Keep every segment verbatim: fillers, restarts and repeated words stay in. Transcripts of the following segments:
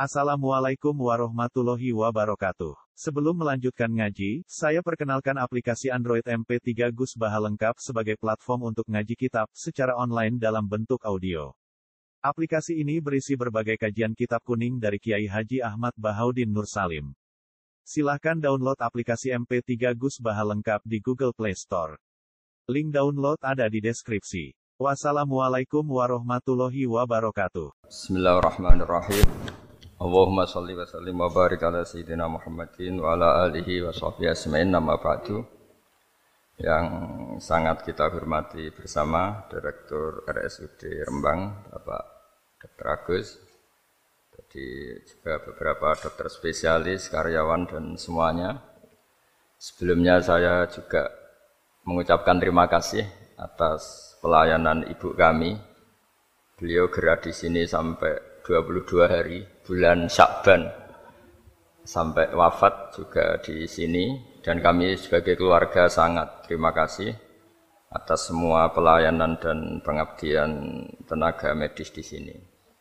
Assalamualaikum warahmatullahi wabarakatuh. Sebelum melanjutkan ngaji, saya perkenalkan aplikasi Android M P tiga Gus Baha lengkap sebagai platform untuk ngaji kitab secara online dalam bentuk audio. Aplikasi ini berisi berbagai kajian kitab kuning dari Kiai Haji Ahmad Bahaudin Nur Salim. Silahkan download aplikasi M P tiga Gus Baha lengkap di Google Play Store. Link download ada di deskripsi. Wassalamualaikum warahmatullahi wabarakatuh. Bismillahirrahmanirrahim. Allahumma sholli wa sallim wa barik ala sayyidina Muhammadin wa ala alihi wa sahbihi ajmain, nama ba'du. Yang sangat kita hormati bersama Direktur R S U D Rembang, Bapak Doktor Agus. Jadi juga beberapa dokter spesialis, karyawan dan semuanya. Sebelumnya saya juga mengucapkan terima kasih atas pelayanan ibu kami. Beliau gerak di sini sampai dua puluh dua hari, bulan Syakban, sampai wafat juga di sini, dan kami sebagai keluarga sangat terima kasih atas semua pelayanan dan pengabdian tenaga medis di sini.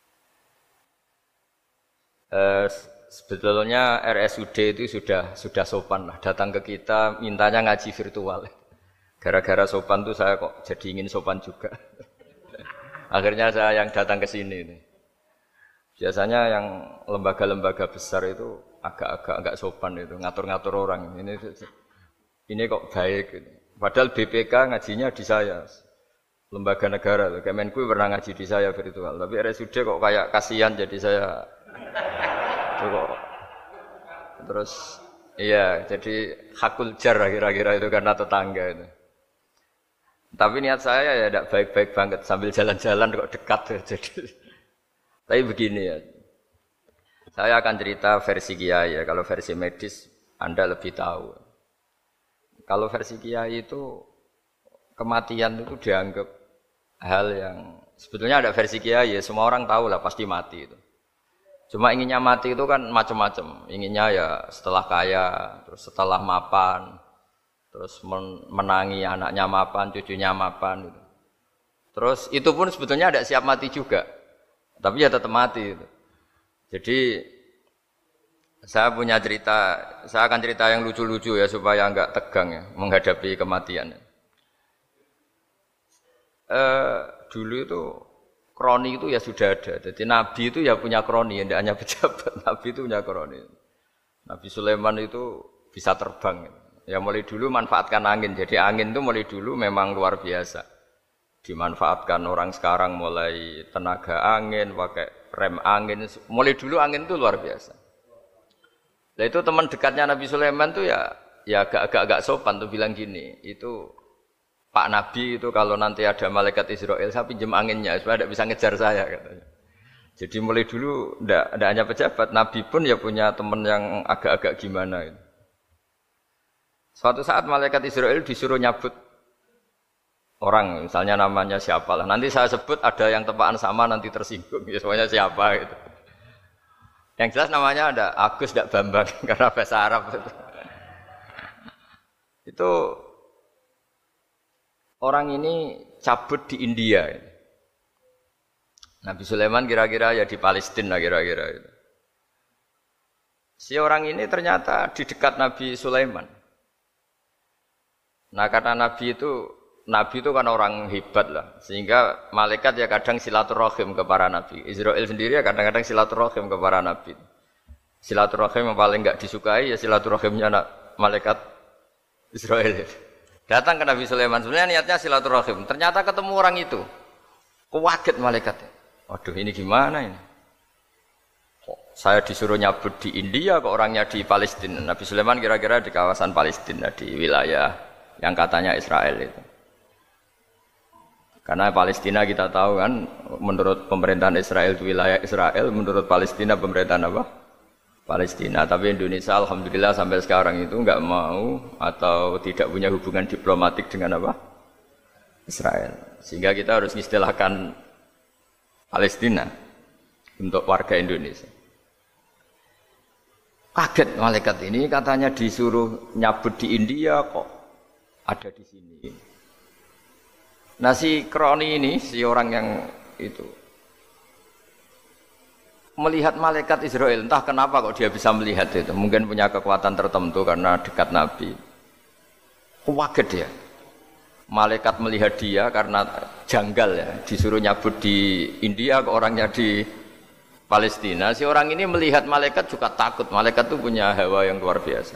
Eh, sebetulnya R S U D itu sudah sudah sopan lah, datang ke kita mintanya ngaji virtual. Gara-gara sopan tuh saya kok jadi ingin sopan juga. Akhirnya saya yang datang ke sini ini. Biasanya yang lembaga-lembaga besar itu agak-agak enggak sopan itu, ngatur-ngatur orang. Ini ini kok baik gitu. Padahal B P K ngajinya di saya. Lembaga negara, Kemenku pernah ngaji di saya virtual. Tapi R S U D kok kayak kasihan jadi saya kok. Terus iya, jadi hakul jar kira-kira itu karena tetangga itu. Tapi niat saya ya tidak baik-baik banget, sambil jalan-jalan kok dekat jadi. Tapi begini ya, saya akan cerita versi Kiai ya. Kalau versi medis Anda lebih tahu. Kalau versi Kiai itu kematian itu dianggap hal yang sebetulnya ada versi Kiai ya. Semua orang tahu lah pasti mati itu. Cuma inginnya mati itu kan macam-macam. Inginnya ya setelah kaya, terus setelah mapan, terus menangi anaknya mapan, cucunya mapan. Gitu. Terus itu pun sebetulnya ada siap mati juga. Tapi ya tetap mati itu. Jadi saya punya cerita, saya akan cerita yang lucu-lucu ya supaya enggak tegang ya menghadapi kematian. Eh, dulu itu kroni itu ya sudah ada. Jadi Nabi itu ya punya kroni, tidak hanya pejabat. Nabi itu punya kroni. Nabi Sulaiman itu bisa terbang. Ya mulai dulu manfaatkan angin. Jadi angin itu mulai dulu memang luar biasa. Dimanfaatkan orang sekarang mulai tenaga angin, pakai rem angin, mulai dulu angin itu luar biasa. Nah itu teman dekatnya Nabi Sulaiman tuh ya ya agak-agak sopan tuh bilang gini, itu Pak Nabi itu kalau nanti ada malaikat Israel saya pinjam anginnya supaya tidak bisa ngejar saya katanya. Jadi mulai dulu ndak ndak hanya pejabat, Nabi pun ya punya teman yang agak-agak gimana gitu. Suatu saat malaikat Israel disuruh nyabut orang, misalnya namanya siapa lah. Nanti saya sebut ada yang tepaan sama nanti tersinggung. Ya semuanya siapa gitu. Yang jelas namanya ada Agus tidak Bambang karena bahasa Arab itu. Itu orang ini cabut di India. Nabi Sulaiman kira-kira ya di Palestina kira-kira itu. Si orang ini ternyata di dekat Nabi Sulaiman. Nah karena Nabi itu Nabi itu kan orang hebat lah, sehingga malaikat ya kadang silaturahim ke para nabi. Israel sendiri ya kadang-kadang silaturahim ke para nabi. Silaturahim yang paling enggak disukai ya silaturahimnya malaikat Israel. Datang ke Nabi Sulaiman, sebenarnya niatnya silaturahim. Ternyata ketemu orang itu, kaget malaikatnya. Waduh ini gimana ini? Kok saya disuruh nyabut di India, kok orangnya di Palestina. Nabi Sulaiman kira-kira di kawasan Palestina, di wilayah yang katanya Israel itu. Karena Palestina kita tahu kan, menurut pemerintahan Israel itu wilayah Israel, menurut Palestina pemerintahan apa? Palestina. Tapi Indonesia alhamdulillah sampai sekarang itu enggak mau atau tidak punya hubungan diplomatik dengan apa? Israel. Sehingga kita harus mengistilahkan Palestina untuk warga Indonesia. Kaget malaikat ini katanya disuruh nyabut di India kok ada di sini. Nah si kroni ini, si orang yang itu melihat malaikat Israel. Entah kenapa kok dia bisa melihat itu. Mungkin punya kekuatan tertentu karena dekat Nabi. Kaget dia. Malaikat melihat dia karena janggal ya. Disuruh nyabut di India ke orangnya di Palestina. Si orang ini melihat malaikat juga takut. Malaikat itu punya hawa yang luar biasa.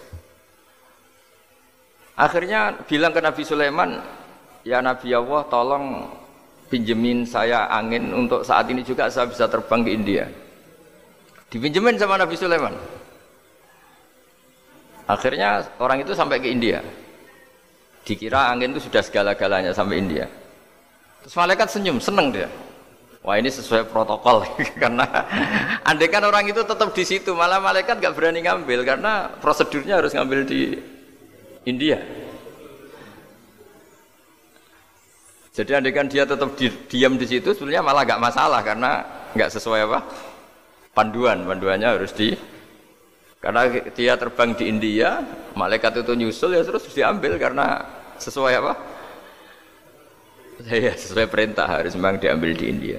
Akhirnya bilang ke Nabi Sulaiman, ya Nabi Allah tolong pinjemin saya angin untuk saat ini juga saya bisa terbang ke India. Dipinjemin sama Nabi Sulaiman. Akhirnya orang itu sampai ke India. Dikira angin itu sudah segala-galanya sampai India. Terus malaikat senyum, seneng dia. Wah ini sesuai protokol karena andai kan orang itu tetap di situ, malah malaikat gak berani ngambil karena prosedurnya harus ngambil di India. Jadi andai kan dia tetap di, diam di situ, sebenarnya malah gak masalah karena gak sesuai apa panduan, panduannya harus di. Karena dia terbang di India, malaikat itu nyusul ya terus diambil karena sesuai apa? Ya sesuai perintah harus memang diambil di India.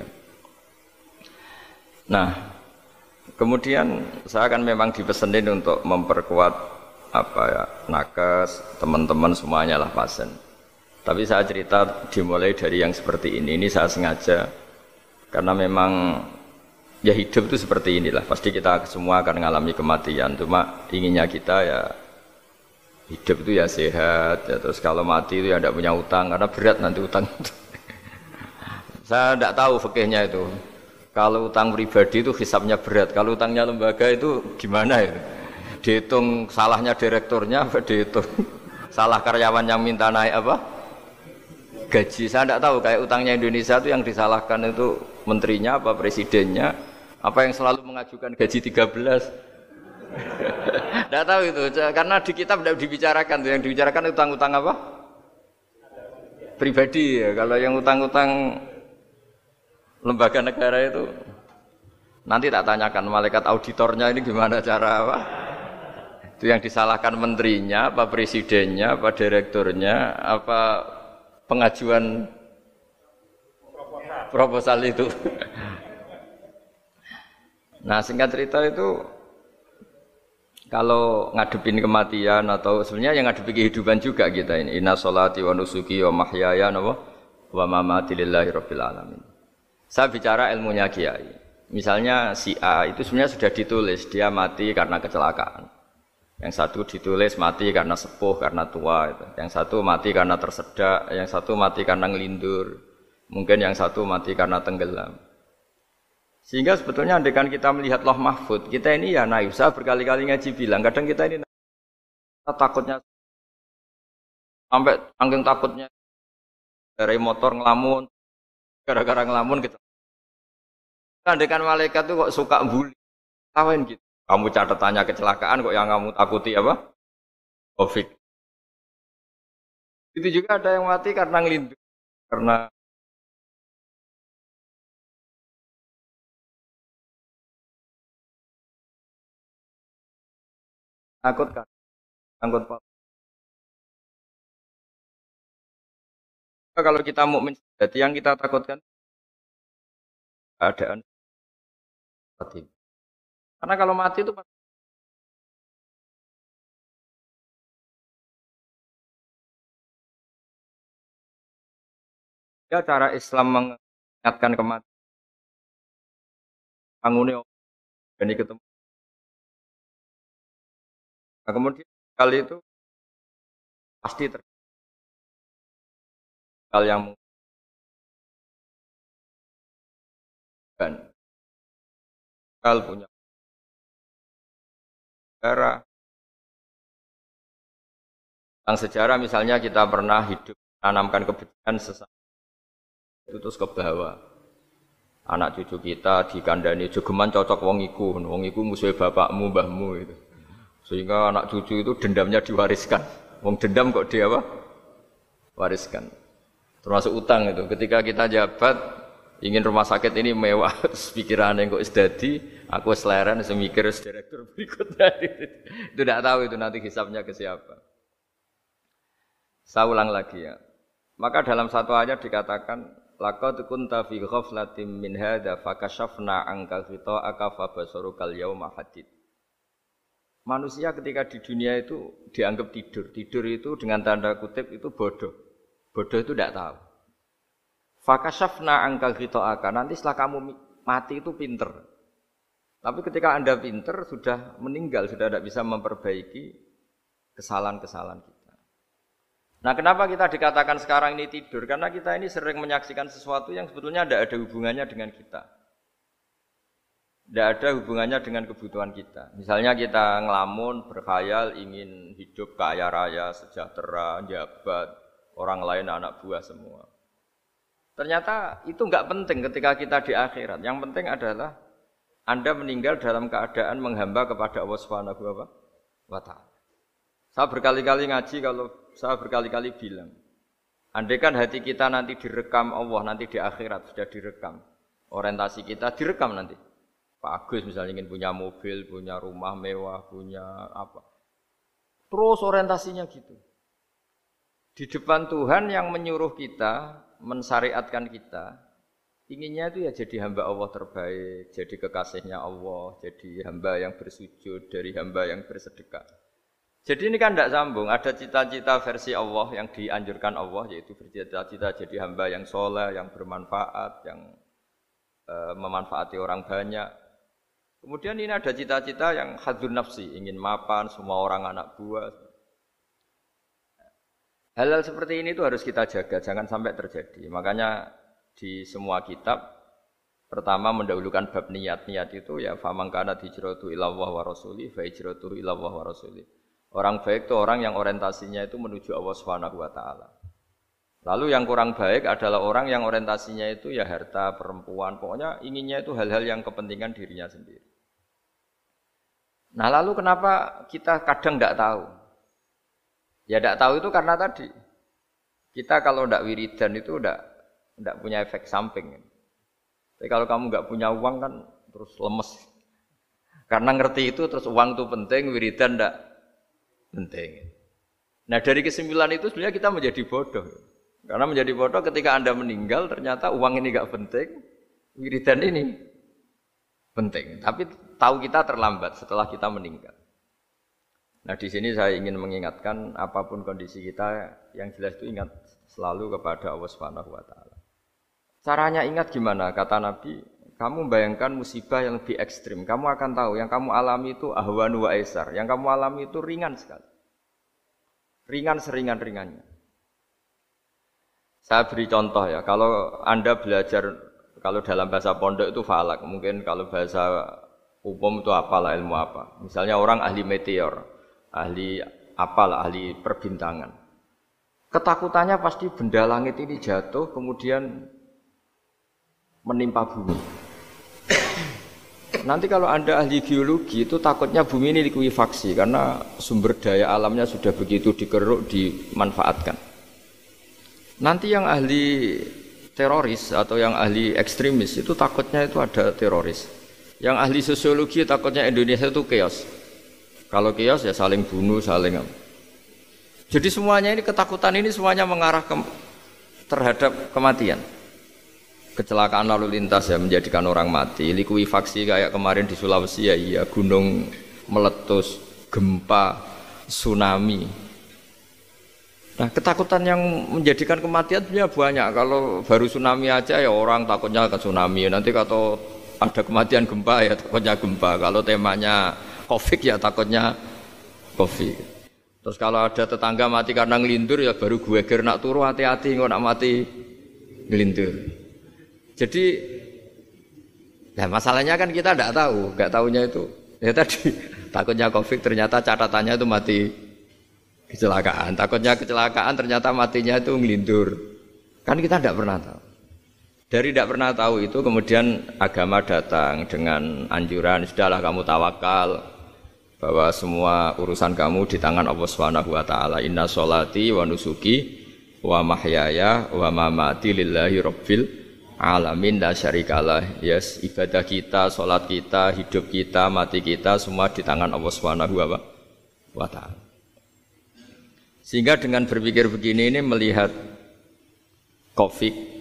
Nah, kemudian saya kan memang dipesenin untuk memperkuat apa ya nakes, teman-teman semuanya lah pasien. Tapi saya cerita dimulai dari yang seperti ini. Ini saya sengaja karena memang ya hidup itu seperti inilah. Pasti kita semua akan mengalami kematian. Cuma inginnya kita ya hidup itu ya sehat. Ya, terus kalau mati itu ya tidak punya utang karena berat nanti utang. Saya tidak tahu fikihnya itu. Kalau utang pribadi itu hisabnya berat. Kalau utangnya lembaga itu gimana itu? Dihitung salahnya direkturnya, apa dihitung salah karyawan yang minta naik apa? Gaji. Saya tidak tahu kayak utangnya Indonesia itu yang disalahkan itu menterinya apa presidennya, apa yang selalu mengajukan gaji tiga belas. Tidak tahu itu karena di kitab tidak dibicarakan. Yang dibicarakan utang-utang apa? Pribadi ya. Kalau yang utang-utang lembaga negara itu nanti tak tanyakan malaikat auditornya ini gimana cara apa? Itu yang disalahkan menterinya, apa presidennya, apa direkturnya, apa pengajuan proposal, proposal itu. Nah singkat cerita itu kalau ngadepin kematian atau sebenarnya yang ngadepi kehidupan juga kita ini. Inna sholati wa nusuki wa mahyaya wa mamati lillahi rabbil alamin. Saya bicara ilmunya kiai. Misalnya si A itu sebenarnya sudah ditulis dia mati karena kecelakaan. Yang satu ditulis mati karena sepuh, karena tua. Itu. Yang satu mati karena tersedak, yang satu mati karena ngelindur. Mungkin yang satu mati karena tenggelam. Sehingga sebetulnya andaikan kita melihat Loh Mahfud, kita ini ya naif. Saya berkali-kali ngaji bilang, kadang kita ini naif, takutnya sampai angking takutnya dari motor ngelamun. Gara-gara ngelamun gitu. Andaikan malaikat itu kok suka bully, tawain gitu. Kamu catatannya kecelakaan kok yang kamu takuti apa? Covid. Itu juga ada yang mati karena ngelindur, karena takut kan, takut pak. Kalau kita mukmin, jadi yang kita takutkan keadaan mati. Karena kalau mati itu ya cara Islam mengingatkan kematian. Bangunnya dan ketemu. Nah, kemudian kali itu pasti terjadi hal yang mungkin hal punya sejarah. Tentang sejarah misalnya kita pernah hidup menanamkan kebencian sesama itu terus ke bawah. Anak cucu kita dikandani jogeman cocok wong iku, wong iku musuh bapakmu, mbahmu itu. Sehingga anak cucu itu dendamnya diwariskan. Wong dendam kok dia apa? Wariskan. Termasuk utang itu. Ketika kita jabat ingin rumah sakit ini mewah, pikirannya kok isdadi, aku seleren, semikir direktur berikutnya. Itu tidak tahu itu nanti hisapnya ke siapa. Saya ulang lagi ya. Maka dalam satu ayat dikatakan laqad kunta fi ghaflatin min hadza fakashafna anka ghita'aka fabasarukal yauma hadid. Manusia ketika di dunia itu dianggap tidur. Tidur itu dengan tanda kutip itu bodoh. Bodoh itu tidak tahu. Fakashafna anka ghita'aka, nanti setelah kamu mati itu pinter. Tapi ketika Anda pinter sudah meninggal, sudah tidak bisa memperbaiki kesalahan-kesalahan kita. Nah, kenapa kita dikatakan sekarang ini tidur? Karena kita ini sering menyaksikan sesuatu yang sebetulnya tidak ada hubungannya dengan kita. Tidak ada hubungannya dengan kebutuhan kita. Misalnya kita ngelamun, berkhayal, ingin hidup kaya raya, sejahtera, jabat, orang lain anak buah semua. Ternyata itu enggak penting ketika kita di akhirat. Yang penting adalah Anda meninggal dalam keadaan menghamba kepada Allah Subhanahu wa taala. Saya berkali-kali ngaji, kalau saya berkali-kali bilang, andaikan hati kita nanti direkam Allah, nanti di akhirat sudah direkam. Orientasi kita direkam nanti. Pak Agus misalnya ingin punya mobil, punya rumah mewah, punya apa. Terus orientasinya gitu. Di depan Tuhan yang menyuruh kita, mensyariatkan kita, inginnya itu ya jadi hamba Allah terbaik, jadi kekasihnya Allah, jadi hamba yang bersujud, dari hamba yang bersedekah. Jadi ini kan tidak sambung, ada cita-cita versi Allah yang dianjurkan Allah, yaitu bercita-cita jadi hamba yang soleh, yang bermanfaat, yang e, memanfaati orang banyak. Kemudian ini ada cita-cita yang hadzun nafsi, ingin mapan, semua orang anak buah. Hal-hal seperti ini itu harus kita jaga, jangan sampai terjadi. Makanya di semua kitab, pertama mendahulukan bab niat. Niat itu ya faman kana hijratuhu ila Allah wa rasuli fa hijratuhu ila Allah wa rasuli. Orang baik itu orang yang orientasinya itu menuju Allah Subhanahu wa taala. Lalu yang kurang baik adalah orang yang orientasinya itu ya harta, perempuan, pokoknya inginnya itu hal-hal yang kepentingan dirinya sendiri. Nah, lalu kenapa kita kadang tidak tahu? Ya tidak tahu itu karena tadi kita kalau tidak wiridan itu tidak tidak punya efek samping. Tapi kalau kamu nggak punya uang kan terus lemes. Karena ngerti itu terus uang itu penting, wiridan tidak penting. Nah, dari kesimpulan itu sebenarnya kita menjadi bodoh. Karena menjadi bodoh ketika Anda meninggal ternyata uang ini enggak penting, wiridan ini penting. Tapi tahu kita terlambat setelah kita meninggal. Nah, di sini saya ingin mengingatkan apapun kondisi kita, yang jelas itu ingat selalu kepada Allah Subhanahu wa taala. Caranya ingat gimana? Kata Nabi, kamu bayangkan musibah yang lebih ekstrim, kamu akan tahu yang kamu alami itu ahwanu wa aisar, yang kamu alami itu ringan sekali. Ringan seringan-ringannya. Saya beri contoh ya, kalau Anda belajar, kalau dalam bahasa pondok itu falak, mungkin kalau bahasa umum itu apalah, ilmu apa. Misalnya orang ahli meteor, ahli apalah, ahli perbintangan. Ketakutannya pasti benda langit ini jatuh, kemudian menimpa bumi. Nanti kalau Anda ahli geologi itu takutnya bumi ini likuifaksi karena sumber daya alamnya sudah begitu dikeruk, dimanfaatkan. Nanti yang ahli teroris atau yang ahli ekstremis itu takutnya itu ada teroris. Yang ahli sosiologi takutnya Indonesia itu chaos. Kalau chaos ya saling bunuh, saling. Jadi semuanya ini ketakutan ini semuanya mengarah ke, terhadap kematian. Kecelakaan lalu lintas ya menjadikan orang mati, likuifaksi kayak kemarin di Sulawesi ya iya, gunung meletus, gempa, tsunami. Nah, ketakutan yang menjadikan kematian sebenarnya banyak. Kalau baru tsunami aja ya orang takutnya ke tsunami. Nanti kalau ada kematian gempa ya takutnya gempa. Kalau temanya Covid ya takutnya Covid. Terus kalau ada tetangga mati karena ngelindur ya baru gue ger nak turu hati-hati kok nak mati ngelindur. Jadi, nah masalahnya kan kita tidak tahu, nggak tahunya itu. Ya tadi takutnya Covid ternyata catatannya itu mati kecelakaan. Takutnya kecelakaan ternyata matinya itu ngelindur. Kan kita tidak pernah tahu. Dari tidak pernah tahu itu kemudian agama datang dengan anjuran sudahlah kamu tawakal bahwa semua urusan kamu di tangan Allah Subhanahu wa taala. Inna sholati wa nusuki wa mahyaya wa mamati lillahi rabbil alamin la syarikalah. Yes, ibadah kita, sholat kita, hidup kita, mati kita semua di tangan Allah Subhanahu wa taala. Sehingga dengan berpikir begini ini melihat Covid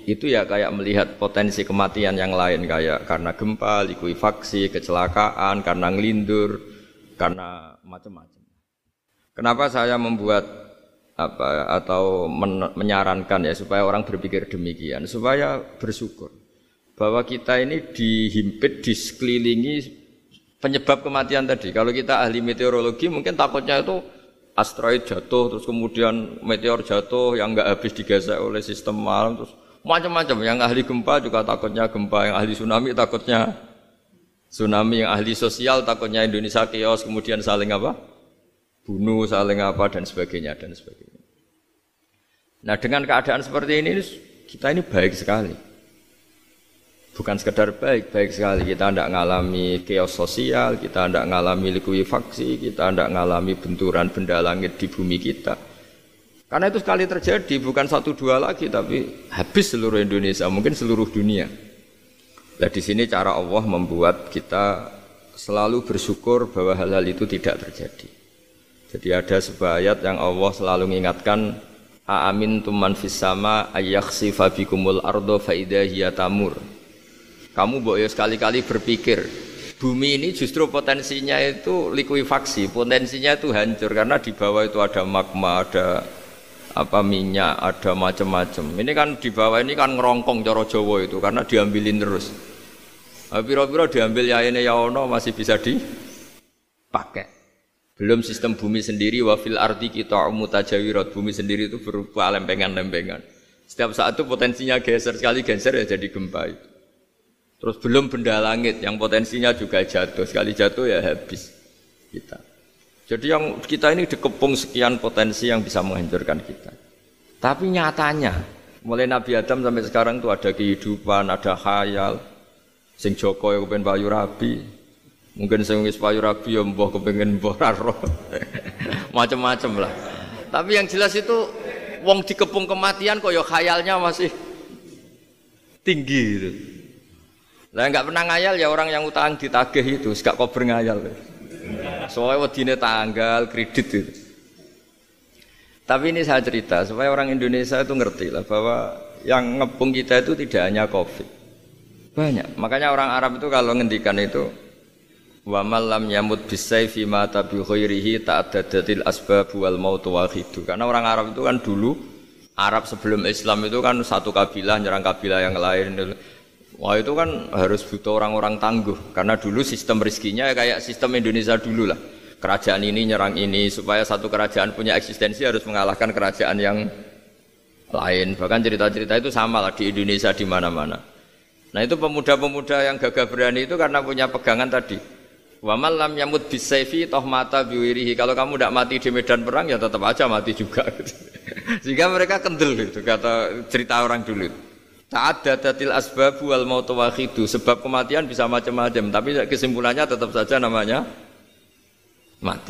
itu ya kayak melihat potensi kematian yang lain kayak karena gempa, likuifaksi, kecelakaan, karena ngelindur, karena macam-macam. Kenapa saya membuat apa atau men, menyarankan ya supaya orang berpikir demikian, supaya bersyukur bahwa kita ini dihimpit, disekelilingi penyebab kematian tadi. Kalau kita ahli meteorologi mungkin takutnya itu asteroid jatuh, terus kemudian meteor jatuh yang nggak habis digesek oleh sistem alam, terus macam-macam. Yang ahli gempa juga takutnya gempa, yang ahli tsunami takutnya tsunami, yang ahli sosial takutnya Indonesia chaos, kemudian saling apa? Bunuh, saling apa dan sebagainya dan sebagainya. Nah dengan keadaan seperti ini kita ini baik sekali. Bukan sekedar baik, baik sekali. Kita tidak mengalami chaos sosial, kita tidak mengalami likuifaksi, kita tidak mengalami benturan benda langit di bumi kita. Karena itu sekali terjadi, bukan satu dua lagi, tapi habis seluruh Indonesia, mungkin seluruh dunia. Nah di sini cara Allah membuat kita selalu bersyukur bahwa hal-hal itu tidak terjadi. Jadi ada sebuah ayat yang Allah selalu mengingatkan, A'amintum man fis sama ayyakhsifa bikumul ardo fa idza hiya tamur. Kamu boleh sekali-kali berpikir, bumi ini justru potensinya itu likuifaksi, potensinya itu hancur karena di bawah itu ada magma, ada apa minyak, ada macam-macam. Ini kan di bawah ini kan ngerongkong cara Jawa itu karena diambilin terus. Piro-piro diambil ya ini ya ono masih bisa dipakai. Belum sistem bumi sendiri wafil ardi kita mutajawirat, bumi sendiri itu berupa lempengan-lempengan. Setiap saat itu potensinya geser, sekali geser ya jadi gempa itu. Terus belum benda langit yang potensinya juga jatuh, sekali jatuh ya habis kita. Jadi yang kita ini dikepung sekian potensi yang bisa menghancurkan kita. Tapi nyatanya mulai Nabi Adam sampai sekarang itu ada kehidupan, ada khayal. Sing Joko ya kepengen payu rabi, mungkin sing wis payu rabi ya mbah kepengen mbah roh. Macam-macam lah. Tapi yang jelas itu wong dikepung kematian kok ya khayalnya masih tinggi gitu. Lah enggak pernah ngayal ya orang yang utang ditagih itu, gak kober ngayal. Soalnya wedine tanggal kredit itu. Tapi ini saya cerita supaya orang Indonesia itu ngerti lah bahwa yang ngepung kita itu tidak hanya Covid. Banyak. Makanya orang Arab itu kalau ngendikan itu wa man lam yamut bisayfi mata bi khairihi ta'addadatil asbab wal maut wahidu. Karena orang Arab itu kan dulu Arab sebelum Islam itu kan satu kabilah nyerang kabilah yang lain. Wah itu kan harus butuh orang-orang tangguh karena dulu sistem rezekinya kayak sistem Indonesia dulu lah. Kerajaan ini nyerang ini supaya satu kerajaan punya eksistensi harus mengalahkan kerajaan yang lain. Bahkan cerita-cerita itu sama lah di Indonesia di mana-mana. Nah itu pemuda-pemuda yang gagah berani itu karena punya pegangan tadi. Wa man lam yamut bisayfi toh mata biwirihi. Kalau kamu tidak mati di medan perang ya tetap aja mati juga. Sehingga mereka kendel gitu kata cerita orang dulu itu. Ta'addadatil asbab wal maut wahidu. Sebab kematian bisa macam-macam, tapi kesimpulannya tetap saja namanya mati.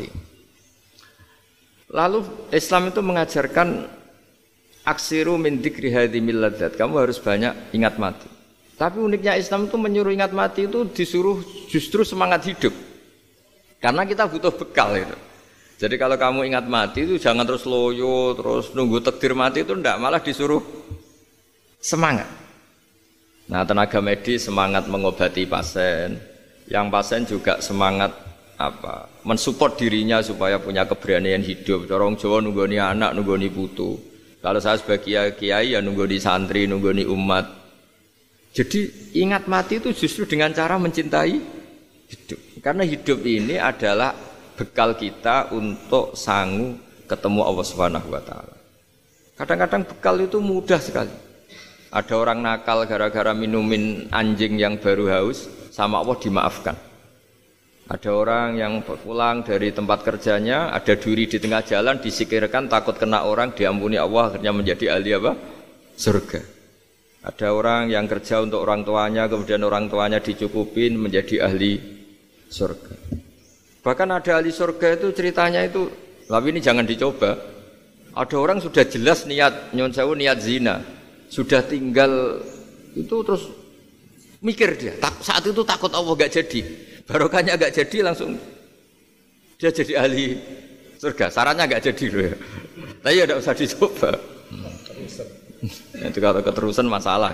Lalu Islam itu mengajarkan aksiru min dzikri hadhimil ladzat. Kamu harus banyak ingat mati. Tapi uniknya Islam itu menyuruh ingat mati itu disuruh justru semangat hidup. Karena kita butuh bekal itu. Jadi kalau kamu ingat mati itu jangan terus loyo, terus nunggu takdir mati itu enggak, malah disuruh semangat. Nah tenaga medis semangat mengobati pasien, yang pasien juga semangat apa mensupport dirinya supaya punya keberanian hidup. Orang Jawa nunggoni anak, nunggoni putu. Kalau saya sebagai kiai ya nunggoni santri, nunggoni umat. Jadi ingat mati itu justru dengan cara mencintai hidup. Karena hidup ini adalah bekal kita untuk sanggup ketemu Allah Subhanahu wa taala. Kadang-kadang bekal itu mudah sekali. Ada orang nakal gara-gara minumin anjing yang baru haus, sama Allah dimaafkan. Ada orang yang pulang dari tempat kerjanya, ada duri di tengah jalan, disikirkan takut kena orang, diampuni Allah, akhirnya menjadi ahli apa? Surga. Ada orang yang kerja untuk orang tuanya, kemudian orang tuanya dicukupin menjadi ahli surga. Bahkan ada ahli surga itu ceritanya itu, tapi ini jangan dicoba. Ada orang sudah jelas niat nyon sewu niat zina. Sudah tinggal itu terus mikir dia tak, saat itu takut Allah gak jadi, barokahnya gak jadi langsung dia jadi ahli surga. Sarannya gak jadi loh ya, tapi ya tidak usah dicoba. Itu kalau keterusan masalah.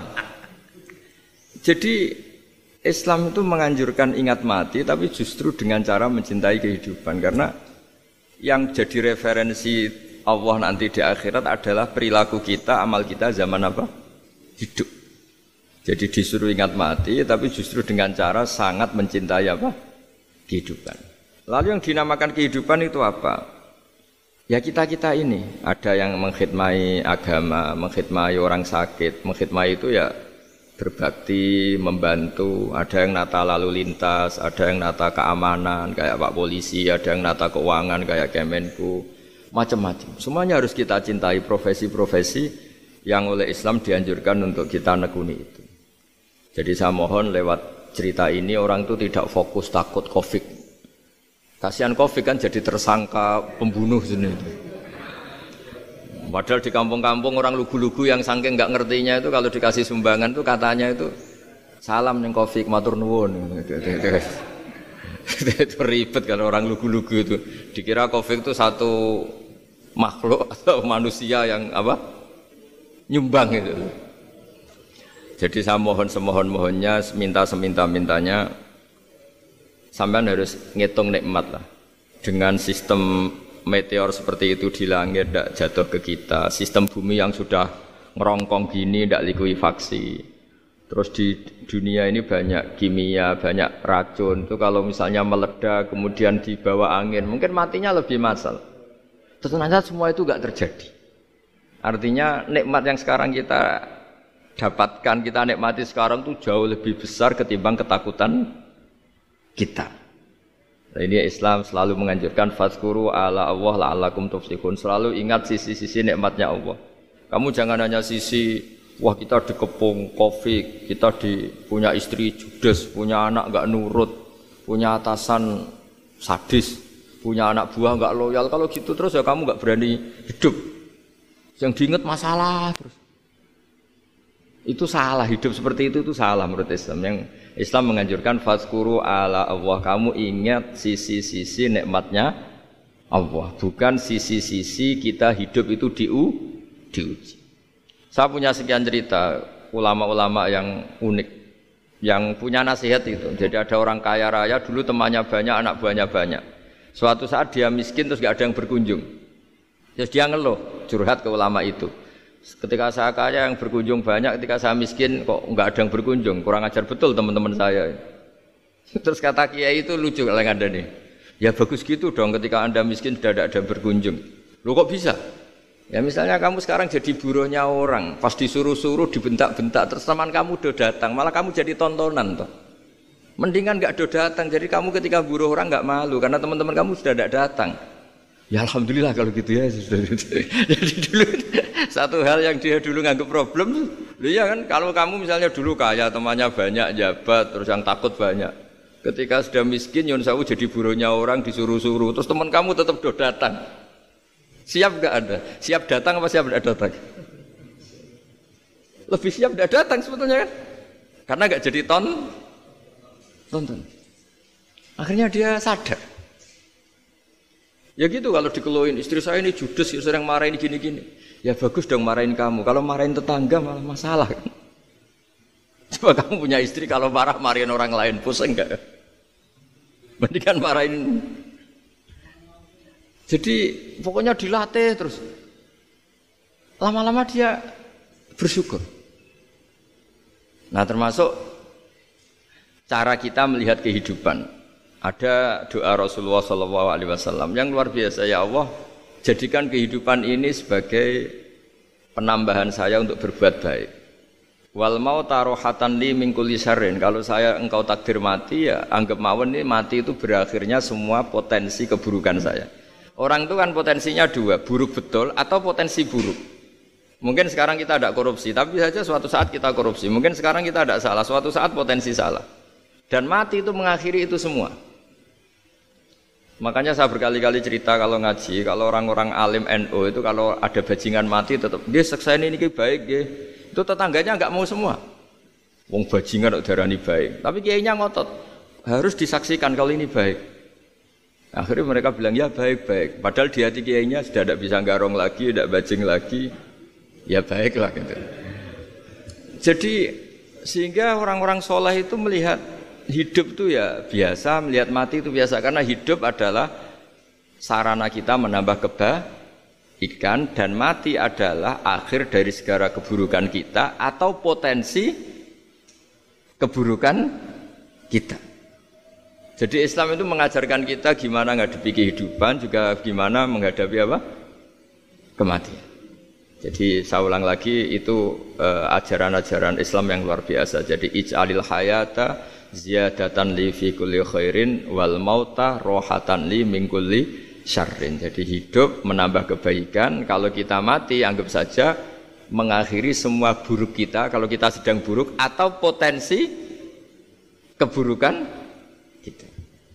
Jadi Islam itu menganjurkan ingat mati, tapi justru dengan cara mencintai kehidupan. Karena yang jadi referensi Allah nanti di akhirat adalah perilaku kita, amal kita zaman apa? Hidup. Jadi disuruh ingat mati, tapi justru dengan cara sangat mencintai apa? Kehidupan. Lalu yang dinamakan kehidupan itu apa? Ya kita-kita ini. Ada yang mengkhidmati agama, mengkhidmati orang sakit, mengkhidmati itu ya berbakti, membantu, ada yang nata lalu lintas, ada yang nata keamanan kayak Pak Polisi, ada yang nata keuangan kayak Kemenku, macam-macam. Semuanya harus kita cintai, profesi-profesi yang oleh Islam dianjurkan untuk kita nekuni itu. Jadi saya mohon lewat cerita ini orang itu tidak fokus takut Covid. Kasihan Covid kan jadi tersangka pembunuh sini. Padahal di kampung-kampung orang lugu-lugu yang saking nggak ngertinya itu kalau dikasih sumbangan itu katanya itu salam neng Covid matur nuwun. Itu ribet kalau orang lugu-lugu itu. Dikira Covid itu satu makhluk atau manusia yang apa? Nyumbang itu. Jadi saya mohon semohon-mohonnya, minta seminta-mintanya sampean harus ngitung nikmat lah. Dengan sistem meteor seperti itu di langit tidak jatuh ke kita, sistem bumi yang sudah ngerongkong gini tidak likuifaksi, terus di dunia ini banyak kimia, banyak racun itu kalau misalnya meledak kemudian dibawa angin mungkin matinya lebih massal. Ternyata semua itu tidak terjadi. Artinya nikmat yang sekarang kita dapatkan, kita nikmati sekarang itu jauh lebih besar ketimbang ketakutan kita. Nah, ini Islam selalu menganjurkan fazkuru ala Allah la'allakum tuflihun. Selalu ingat sisi-sisi nikmatnya Allah. Kamu jangan hanya sisi wah kita dikepung Covid, kita di, punya istri judes, punya anak enggak nurut, punya atasan sadis, punya anak buah enggak loyal. Kalau gitu terus ya kamu enggak berani hidup. Yang diingat masalah terus. Itu salah, hidup seperti itu itu salah menurut Islam. Yang Islam menganjurkan fazkuru ala Allah, kamu ingat sisi-sisi nikmatnya Allah, bukan sisi-sisi kita hidup itu diu, diuji. Saya punya sekian cerita ulama-ulama yang unik, yang punya nasihat itu. Jadi ada orang kaya raya dulu temannya banyak, anak buahnya banyak. Suatu saat dia miskin terus gak ada yang berkunjung. Terus dia ngeluh, curhat ke ulama itu. Ketika saya kaya yang berkunjung banyak, ketika saya miskin kok nggak ada yang berkunjung, kurang ajar betul teman-teman saya. Terus kata kiai itu lucu kalau ada nih, ya bagus gitu dong ketika anda miskin sudah ada yang berkunjung. Loh kok bisa? Ya misalnya kamu sekarang jadi buruhnya orang, pas disuruh-suruh dibentak-bentak, terus teman kamu udah datang, malah kamu jadi tontonan toh. Mendingan nggak udah datang, jadi kamu ketika buruh orang nggak malu karena teman-teman kamu sudah tidak datang. Ya alhamdulillah kalau gitu ya. Jadi dulu satu hal yang dia dulu nganggap problem, ya kan kalau kamu misalnya dulu kaya, temannya banyak, jabat, terus yang takut banyak. Ketika sudah miskin, Yun Sawu jadi buruhnya orang disuruh-suruh, terus teman kamu tetap do datang. Siap nggak ada? Siap datang apa siap tidak datang? Lebih siap tidak datang sebetulnya kan? Karena nggak jadi ton, tonton. Akhirnya dia sadar. Ya gitu kalau dikeluhin istri saya ini judes, sering marahin gini-gini. Ya bagus dong marahin kamu. Kalau marahin tetangga malah masalah. Coba kamu punya istri kalau marah marahin orang lain, pusing enggak? Mendingan marahin. Jadi pokoknya dilatih terus. Lama-lama dia bersyukur. Nah termasuk cara kita melihat kehidupan. Ada doa Rasulullah shallallahu alaihi wasallam yang luar biasa. Ya Allah, jadikan kehidupan ini sebagai penambahan saya untuk berbuat baik. Wal mauta rohatan li min kulli syarrin. Kalau saya engkau takdir mati, ya anggap mawon ini mati itu berakhirnya semua potensi keburukan saya. Orang itu kan potensinya dua, buruk betul atau potensi buruk. Mungkin sekarang kita tidak korupsi, tapi saja suatu saat kita korupsi. Mungkin sekarang kita tidak salah, suatu saat potensi salah. Dan mati itu mengakhiri itu semua. Makanya saya berkali-kali cerita kalau ngaji, kalau orang-orang alim N U itu kalau ada bajingan mati tetap dia seksain ini baik ya. Itu tetangganya enggak mau semua. Wong bajingan kok darani baik. Tapi kiainya ngotot, harus disaksikan kalau ini baik. Akhirnya mereka bilang ya baik-baik. Padahal di hati kiainya sudah tidak bisa garong lagi, tidak bajing lagi. Ya baiklah gitu. Jadi sehingga orang-orang soleh itu melihat hidup itu ya biasa, melihat mati itu biasa, karena hidup adalah sarana kita menambah kebaikan dan mati adalah akhir dari segala keburukan kita atau potensi keburukan kita. Jadi Islam itu mengajarkan kita gimana menghadapi kehidupan, juga gimana menghadapi apa? Kematian. Jadi saya ulang lagi, itu uh, ajaran-ajaran Islam yang luar biasa. Jadi ij'alil hayata ziyadatan li fi kulli khairin wal mauta rohatan li min kulli syarrin. Jadi hidup menambah kebaikan, kalau kita mati anggap saja mengakhiri semua buruk kita kalau kita sedang buruk atau potensi keburukan kita.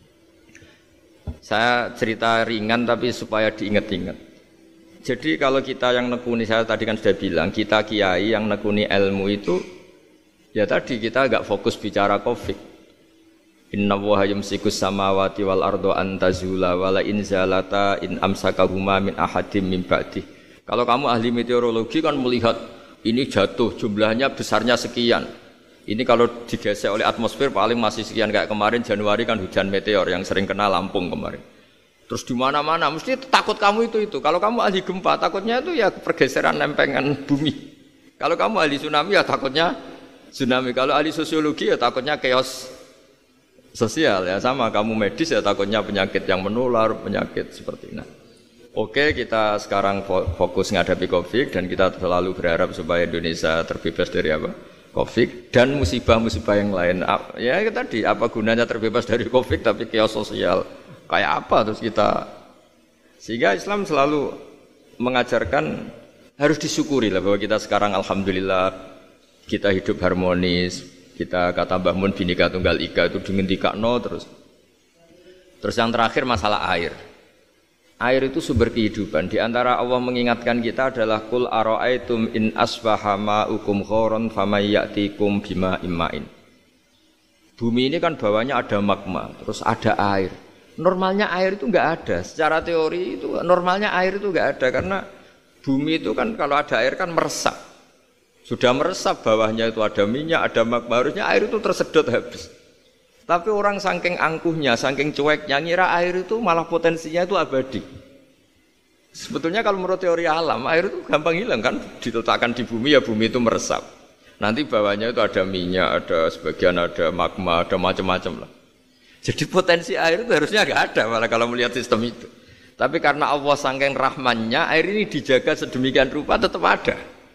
Saya cerita ringan tapi supaya diingat-ingat. Jadi kalau kita yang nekuni, saya tadi kan sudah bilang, kita kiai yang nekuni ilmu itu ya tadi kita agak fokus bicara Covid. Inna Allaha yumsikus samawati wal ardo an tazula wala in zalata in amsakahuma min ahadim min ba'dih. Kalau kamu ahli meteorologi kan melihat ini jatuh jumlahnya besarnya sekian. Ini kalau digesek oleh atmosfer paling masih sekian, kayak kemarin Januari kan hujan meteor yang sering kena Lampung kemarin. Terus di mana-mana mesti takut kamu itu itu. Kalau kamu ahli gempa takutnya itu ya pergeseran lempengan bumi. Kalau kamu ahli tsunami ya takutnya tsunami. Kalau ahli sosiologi ya takutnya chaos sosial, ya sama, kamu medis ya takutnya penyakit yang menular, penyakit seperti ini. Oke, kita sekarang fokus menghadapi Covid dan kita selalu berharap supaya Indonesia terbebas dari apa? Covid dan musibah-musibah yang lain. Ya tadi, apa gunanya terbebas dari Covid tapi chaos sosial kayak apa terus kita? Sehingga Islam selalu mengajarkan harus disyukuri lah bahwa kita sekarang alhamdulillah kita hidup harmonis. Kita kata Mbah Mun Bhinneka Tunggal Ika itu dingendikakno terus. Terus yang terakhir masalah air. Air itu sumber kehidupan. Di antara Allah mengingatkan kita adalah kul ara'aitum in asbaha ma'ukum ghoron famay ya'tikum bima imma'in. Bumi ini kan bawahnya ada magma, terus ada air. Normalnya air itu enggak ada. Secara teori itu normalnya air itu enggak ada karena bumi itu kan kalau ada air kan meresap. Sudah meresap, bawahnya itu ada minyak, ada magma, harusnya air itu tersedot habis. Tapi orang saking angkuhnya, saking cueknya, ngira air itu malah potensinya itu abadi. Sebetulnya kalau menurut teori alam, air itu gampang hilang kan, diletakkan di bumi ya bumi itu meresap. Nanti bawahnya itu ada minyak, ada sebagian ada magma, ada macam-macam lah. Jadi potensi air itu harusnya nggak ada malah kalau melihat sistem itu. Tapi karena Allah saking rahmannya, air ini dijaga sedemikian rupa tetap ada.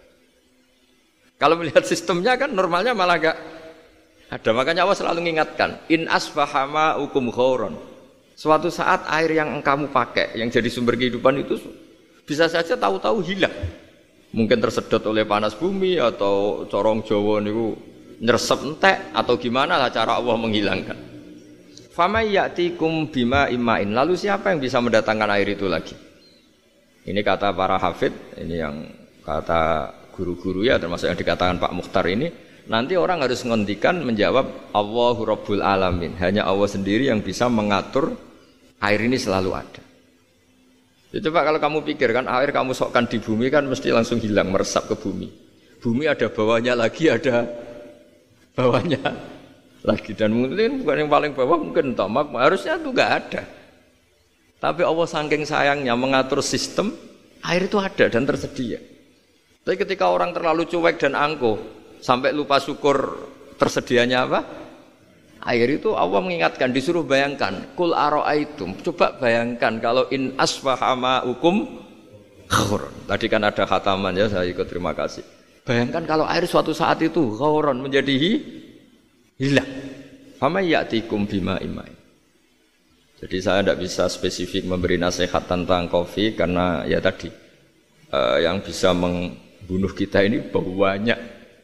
Kalau melihat sistemnya kan normalnya malah enggak ada. Makanya Allah selalu mengingatkan, in asbaha ma'ukum ghoron. Suatu saat air yang kamu pakai, yang jadi sumber kehidupan itu bisa saja tahu-tahu hilang. Mungkin tersedot oleh panas bumi atau corong Jawa niku nyresep entek atau gimana lah cara Allah menghilangkan. Famay ya'tikum bima imma'in. Lalu siapa yang bisa mendatangkan air itu lagi? Ini kata para hafid, ini yang kata guru-guru ya, termasuk yang dikatakan Pak Mukhtar ini, nanti orang harus ngendikan menjawab Allahu Rabbul Alamin. Hanya Allah sendiri yang bisa mengatur air ini selalu ada. Ya, coba kalau kamu pikir kan air kamu sokkan di bumi kan mesti langsung hilang, meresap ke bumi. Bumi ada bawahnya lagi, ada bawahnya lagi, dan mungkin bukan yang paling bawah mungkin tomak, harusnya itu enggak ada. Tapi Allah saking sayangnya mengatur sistem air itu ada dan tersedia. Tapi ketika orang terlalu cuek dan angkuh sampai lupa syukur tersedianya apa? Air itu Allah mengingatkan, disuruh bayangkan, kul ara'aitum, coba bayangkan kalau in asbaha ma'ukum ghoron. Tadi kan ada khataman ya, saya ikut terima kasih. Bayangkan kalau air suatu saat itu ghoron menjadi hilang. Fama ya'tikum bima imma'in. Jadi saya tidak bisa spesifik memberi nasihat tentang Covid karena ya tadi uh, yang bisa membunuh kita ini banyak.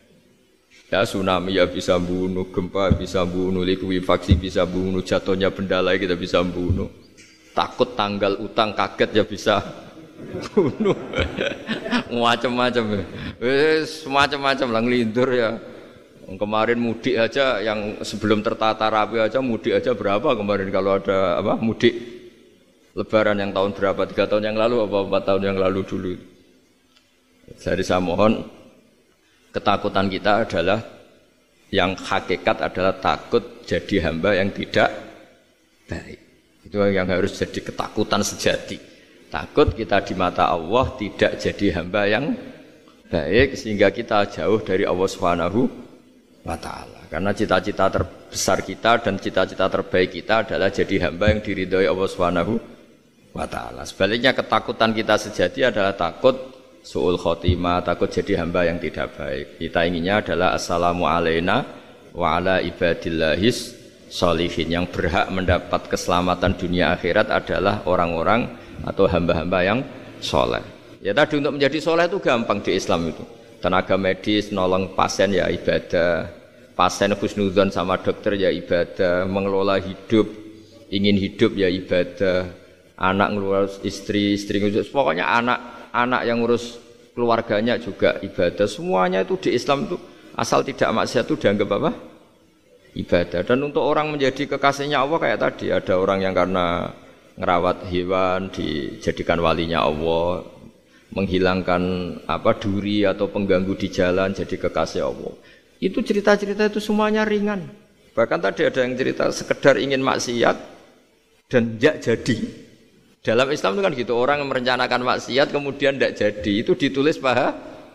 Ya tsunami ya bisa bunuh, gempa bisa bunuh, likuifaksi bisa bunuh, jatuhnya benda lain kita bisa bunuh. Takut tanggal utang kaget ya bisa bunuh. Macam-macam. Wis macam-macam lah ngelindur ya. Kemarin mudik aja yang sebelum tertata rapi aja mudik aja berapa kemarin kalau ada apa mudik Lebaran yang tahun berapa, tiga tahun yang lalu apa empat tahun yang lalu dulu. Jadi saya mohon Ketakutan kita adalah yang hakikat adalah takut jadi hamba yang tidak baik. Itu yang harus jadi ketakutan sejati. Takut kita di mata Allah tidak jadi hamba yang baik sehingga kita jauh dari Allah Subhanahu wa taala. Karena cita-cita terbesar kita dan cita-cita terbaik kita adalah jadi hamba yang diridhoi Allah Subhanahu wa taala. Sebaliknya ketakutan kita sejati adalah takut su'ul khotimah, takut jadi hamba yang tidak baik. Kita inginnya adalah assalamu alaina wa ala ibadillahis sholihin. Yang berhak mendapat keselamatan dunia akhirat adalah orang-orang atau hamba-hamba yang soleh. Ya tadi untuk menjadi soleh itu gampang di Islam itu. Tenaga medis, nolong pasien ya ibadah. Pasien husnudzon sama dokter ya ibadah. Mengelola hidup, ingin hidup ya ibadah. Anak ngurus istri, istri ngurus, pokoknya anak anak yang ngurus keluarganya juga ibadah. Semuanya itu di Islam itu asal tidak maksiat itu dianggap apa? Ibadah. Dan untuk orang menjadi kekasihnya Allah kayak tadi, ada orang yang karena ngerawat hewan dijadikan walinya Allah, menghilangkan apa duri atau pengganggu di jalan jadi kekasih Allah. Itu cerita-cerita itu semuanya ringan. Bahkan tadi ada yang cerita sekedar ingin maksiat dan tidak jadi. Dalam Islam itu kan gitu, orang merencanakan maksiat kemudian tidak jadi, itu ditulis paha,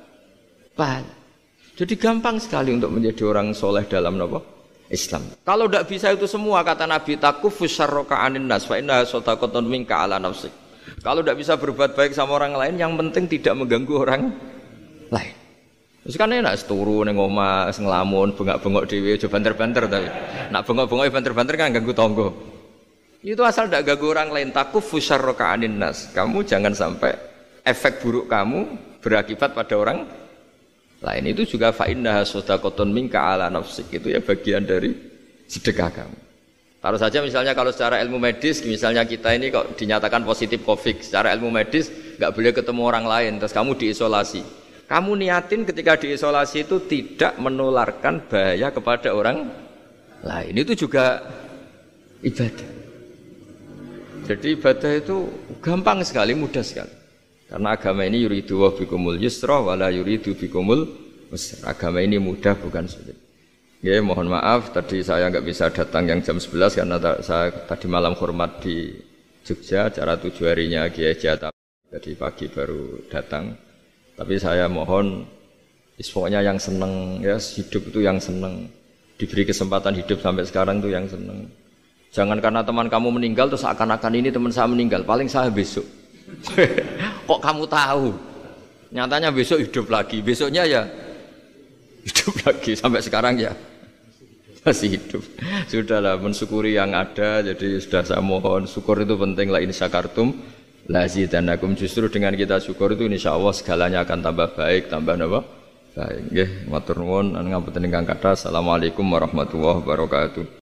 pahala. Jadi gampang sekali untuk menjadi orang soleh dalam apa? Islam. Kalau tidak bisa itu semua, kata Nabi, takufus syarroka anin nas, fa innaha shadaqatun minka ala nafsik. Kalau tidak bisa berbuat baik sama orang lain, yang penting tidak mengganggu orang lain. Terus kan enak seturu ning omah ngelamun, bengak-bengok dhewe, aja banter-banter tapi. Nak bengok-bengok banter-banter kan ganggu tangga. Itu asal tidak ganggu orang lain. Takufus syarroka anin nas. Kamu jangan sampai efek buruk kamu berakibat pada orang lain. Itu juga fa innaha shadaqatun minka ala nafsik. Itu ya bagian dari sedekah kamu. Taruh saja misalnya kalau secara ilmu medis, misalnya kita ini kok dinyatakan positif COVID, secara ilmu medis nggak boleh ketemu orang lain, terus kamu diisolasi. Kamu niatin ketika diisolasi itu tidak menularkan bahaya kepada orang lain. Itu juga ibadah. Jadi ibadah itu gampang sekali, mudah sekali. Karena agama ini yuridu wa bikumul yusra wala yuridu bikumul usra. Agama ini mudah bukan sulit. Ya, mohon maaf tadi saya nggak bisa datang yang jam sebelas karena saya tadi malam hormat di Jogja, acara tujuh harinya Kiai Jata. Jadi pagi baru datang. Tapi saya mohon pokoknya yang seneng ya, hidup itu yang seneng. Diberi kesempatan hidup sampai sekarang itu yang seneng. Jangan karena teman kamu meninggal terus akan-akan ini teman saya meninggal, paling saya besok. Kok kamu tahu? Nyatanya besok hidup lagi, besoknya ya hidup lagi sampai sekarang ya masih hidup. Sudahlah mensyukuri yang ada. Jadi sudah saya mohon syukur itu penting. La in syakartum lazidanakum. Justru dengan kita syukur itu insyaallah segalanya akan tambah baik, tambah apa? Baik. Nggih, matur nuwun ngapunten ingkang kathah. Assalamualaikum warahmatullahi wabarakatuh.